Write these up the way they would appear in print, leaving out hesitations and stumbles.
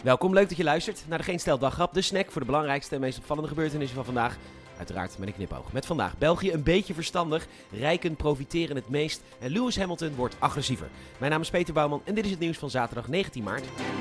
Welkom, leuk dat je luistert naar de Geen Stel Daggrap, de snack voor de belangrijkste en meest opvallende gebeurtenissen van vandaag. Uiteraard met een knipoog. Met vandaag België een beetje verstandig, rijken profiteren het meest en Lewis Hamilton wordt agressiever. Mijn naam is Peter Bouwman en dit is het nieuws van zaterdag 19 maart.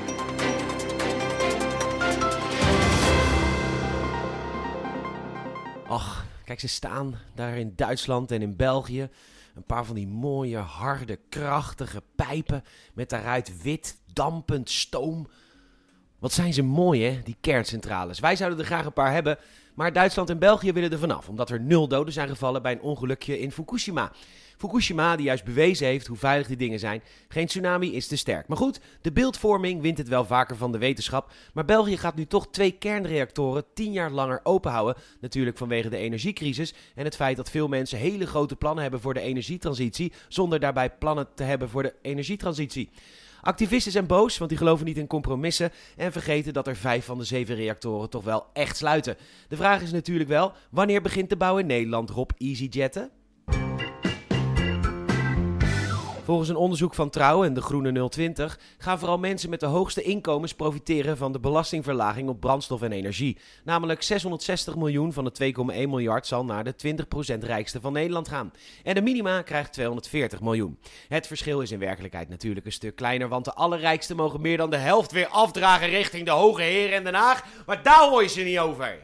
Och, kijk, ze staan daar in Duitsland en in België. Een paar van die mooie, harde, krachtige pijpen met daaruit wit, dampend stoom. Wat zijn ze mooi, hè, die kerncentrales. Wij zouden er graag een paar hebben, maar Duitsland en België willen er vanaf, omdat er 0 doden zijn gevallen bij een ongelukje in Fukushima. Fukushima, die juist bewezen heeft hoe veilig die dingen zijn. Geen tsunami is te sterk. Maar goed, de beeldvorming wint het wel vaker van de wetenschap. Maar België gaat nu toch 2 kernreactoren 10 jaar langer openhouden. Natuurlijk vanwege de energiecrisis en het feit dat veel mensen hele grote plannen hebben voor de energietransitie, zonder daarbij plannen te hebben voor de energietransitie. Activisten zijn boos, want die geloven niet in compromissen en vergeten dat er 5 van de 7 reactoren toch wel echt sluiten. De vraag is natuurlijk wel, wanneer begint de bouw in Nederland, Rob EasyJetten? Volgens een onderzoek van Trouw en de Groene 020 gaan vooral mensen met de hoogste inkomens profiteren van de belastingverlaging op brandstof en energie. Namelijk 660 miljoen van de 2,1 miljard zal naar de 20% rijkste van Nederland gaan. En de minima krijgt 240 miljoen. Het verschil is in werkelijkheid natuurlijk een stuk kleiner, want de allerrijksten mogen meer dan de helft weer afdragen richting de hoge heren in Den Haag. Maar daar hoor je ze niet over.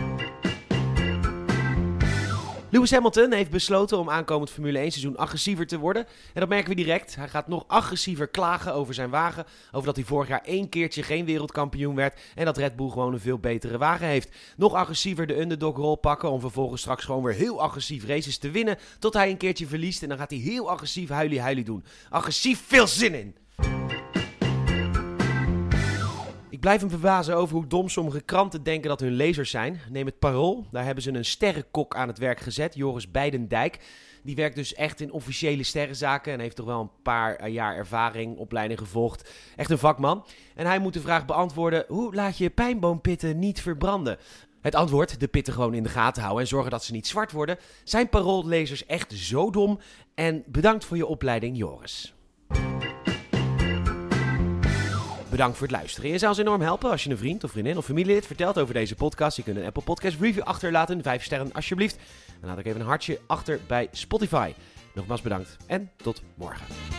Lewis Hamilton heeft besloten om aankomend Formule 1 seizoen agressiever te worden. En dat merken we direct. Hij gaat nog agressiever klagen over zijn wagen. Over dat hij vorig jaar 1 keertje geen wereldkampioen werd. En dat Red Bull gewoon een veel betere wagen heeft. Nog agressiever de underdog-rol pakken om vervolgens straks gewoon weer heel agressief races te winnen. Tot hij een keertje verliest en dan gaat hij heel agressief huilie doen. Agressief, veel zin in! Ik blijf hem verbazen over hoe dom sommige kranten denken dat hun lezers zijn. Neem het Parool, daar hebben ze een sterrenkok aan het werk gezet, Joris Beidendijk. Die werkt dus echt in officiële sterrenzaken en heeft toch wel een paar jaar ervaring, opleiding gevolgd. Echt een vakman. En hij moet de vraag beantwoorden, hoe laat je pijnboompitten niet verbranden? Het antwoord, de pitten gewoon in de gaten houden en zorgen dat ze niet zwart worden. Zijn Paroollezers echt zo dom? En bedankt voor je opleiding, Joris. Bedankt voor het luisteren. Je zou ons enorm helpen als je een vriend of vriendin of familielid vertelt over deze podcast. Je kunt een Apple Podcast review achterlaten, 5 sterren alsjeblieft. En laat ook even een hartje achter bij Spotify. Nogmaals bedankt en tot morgen.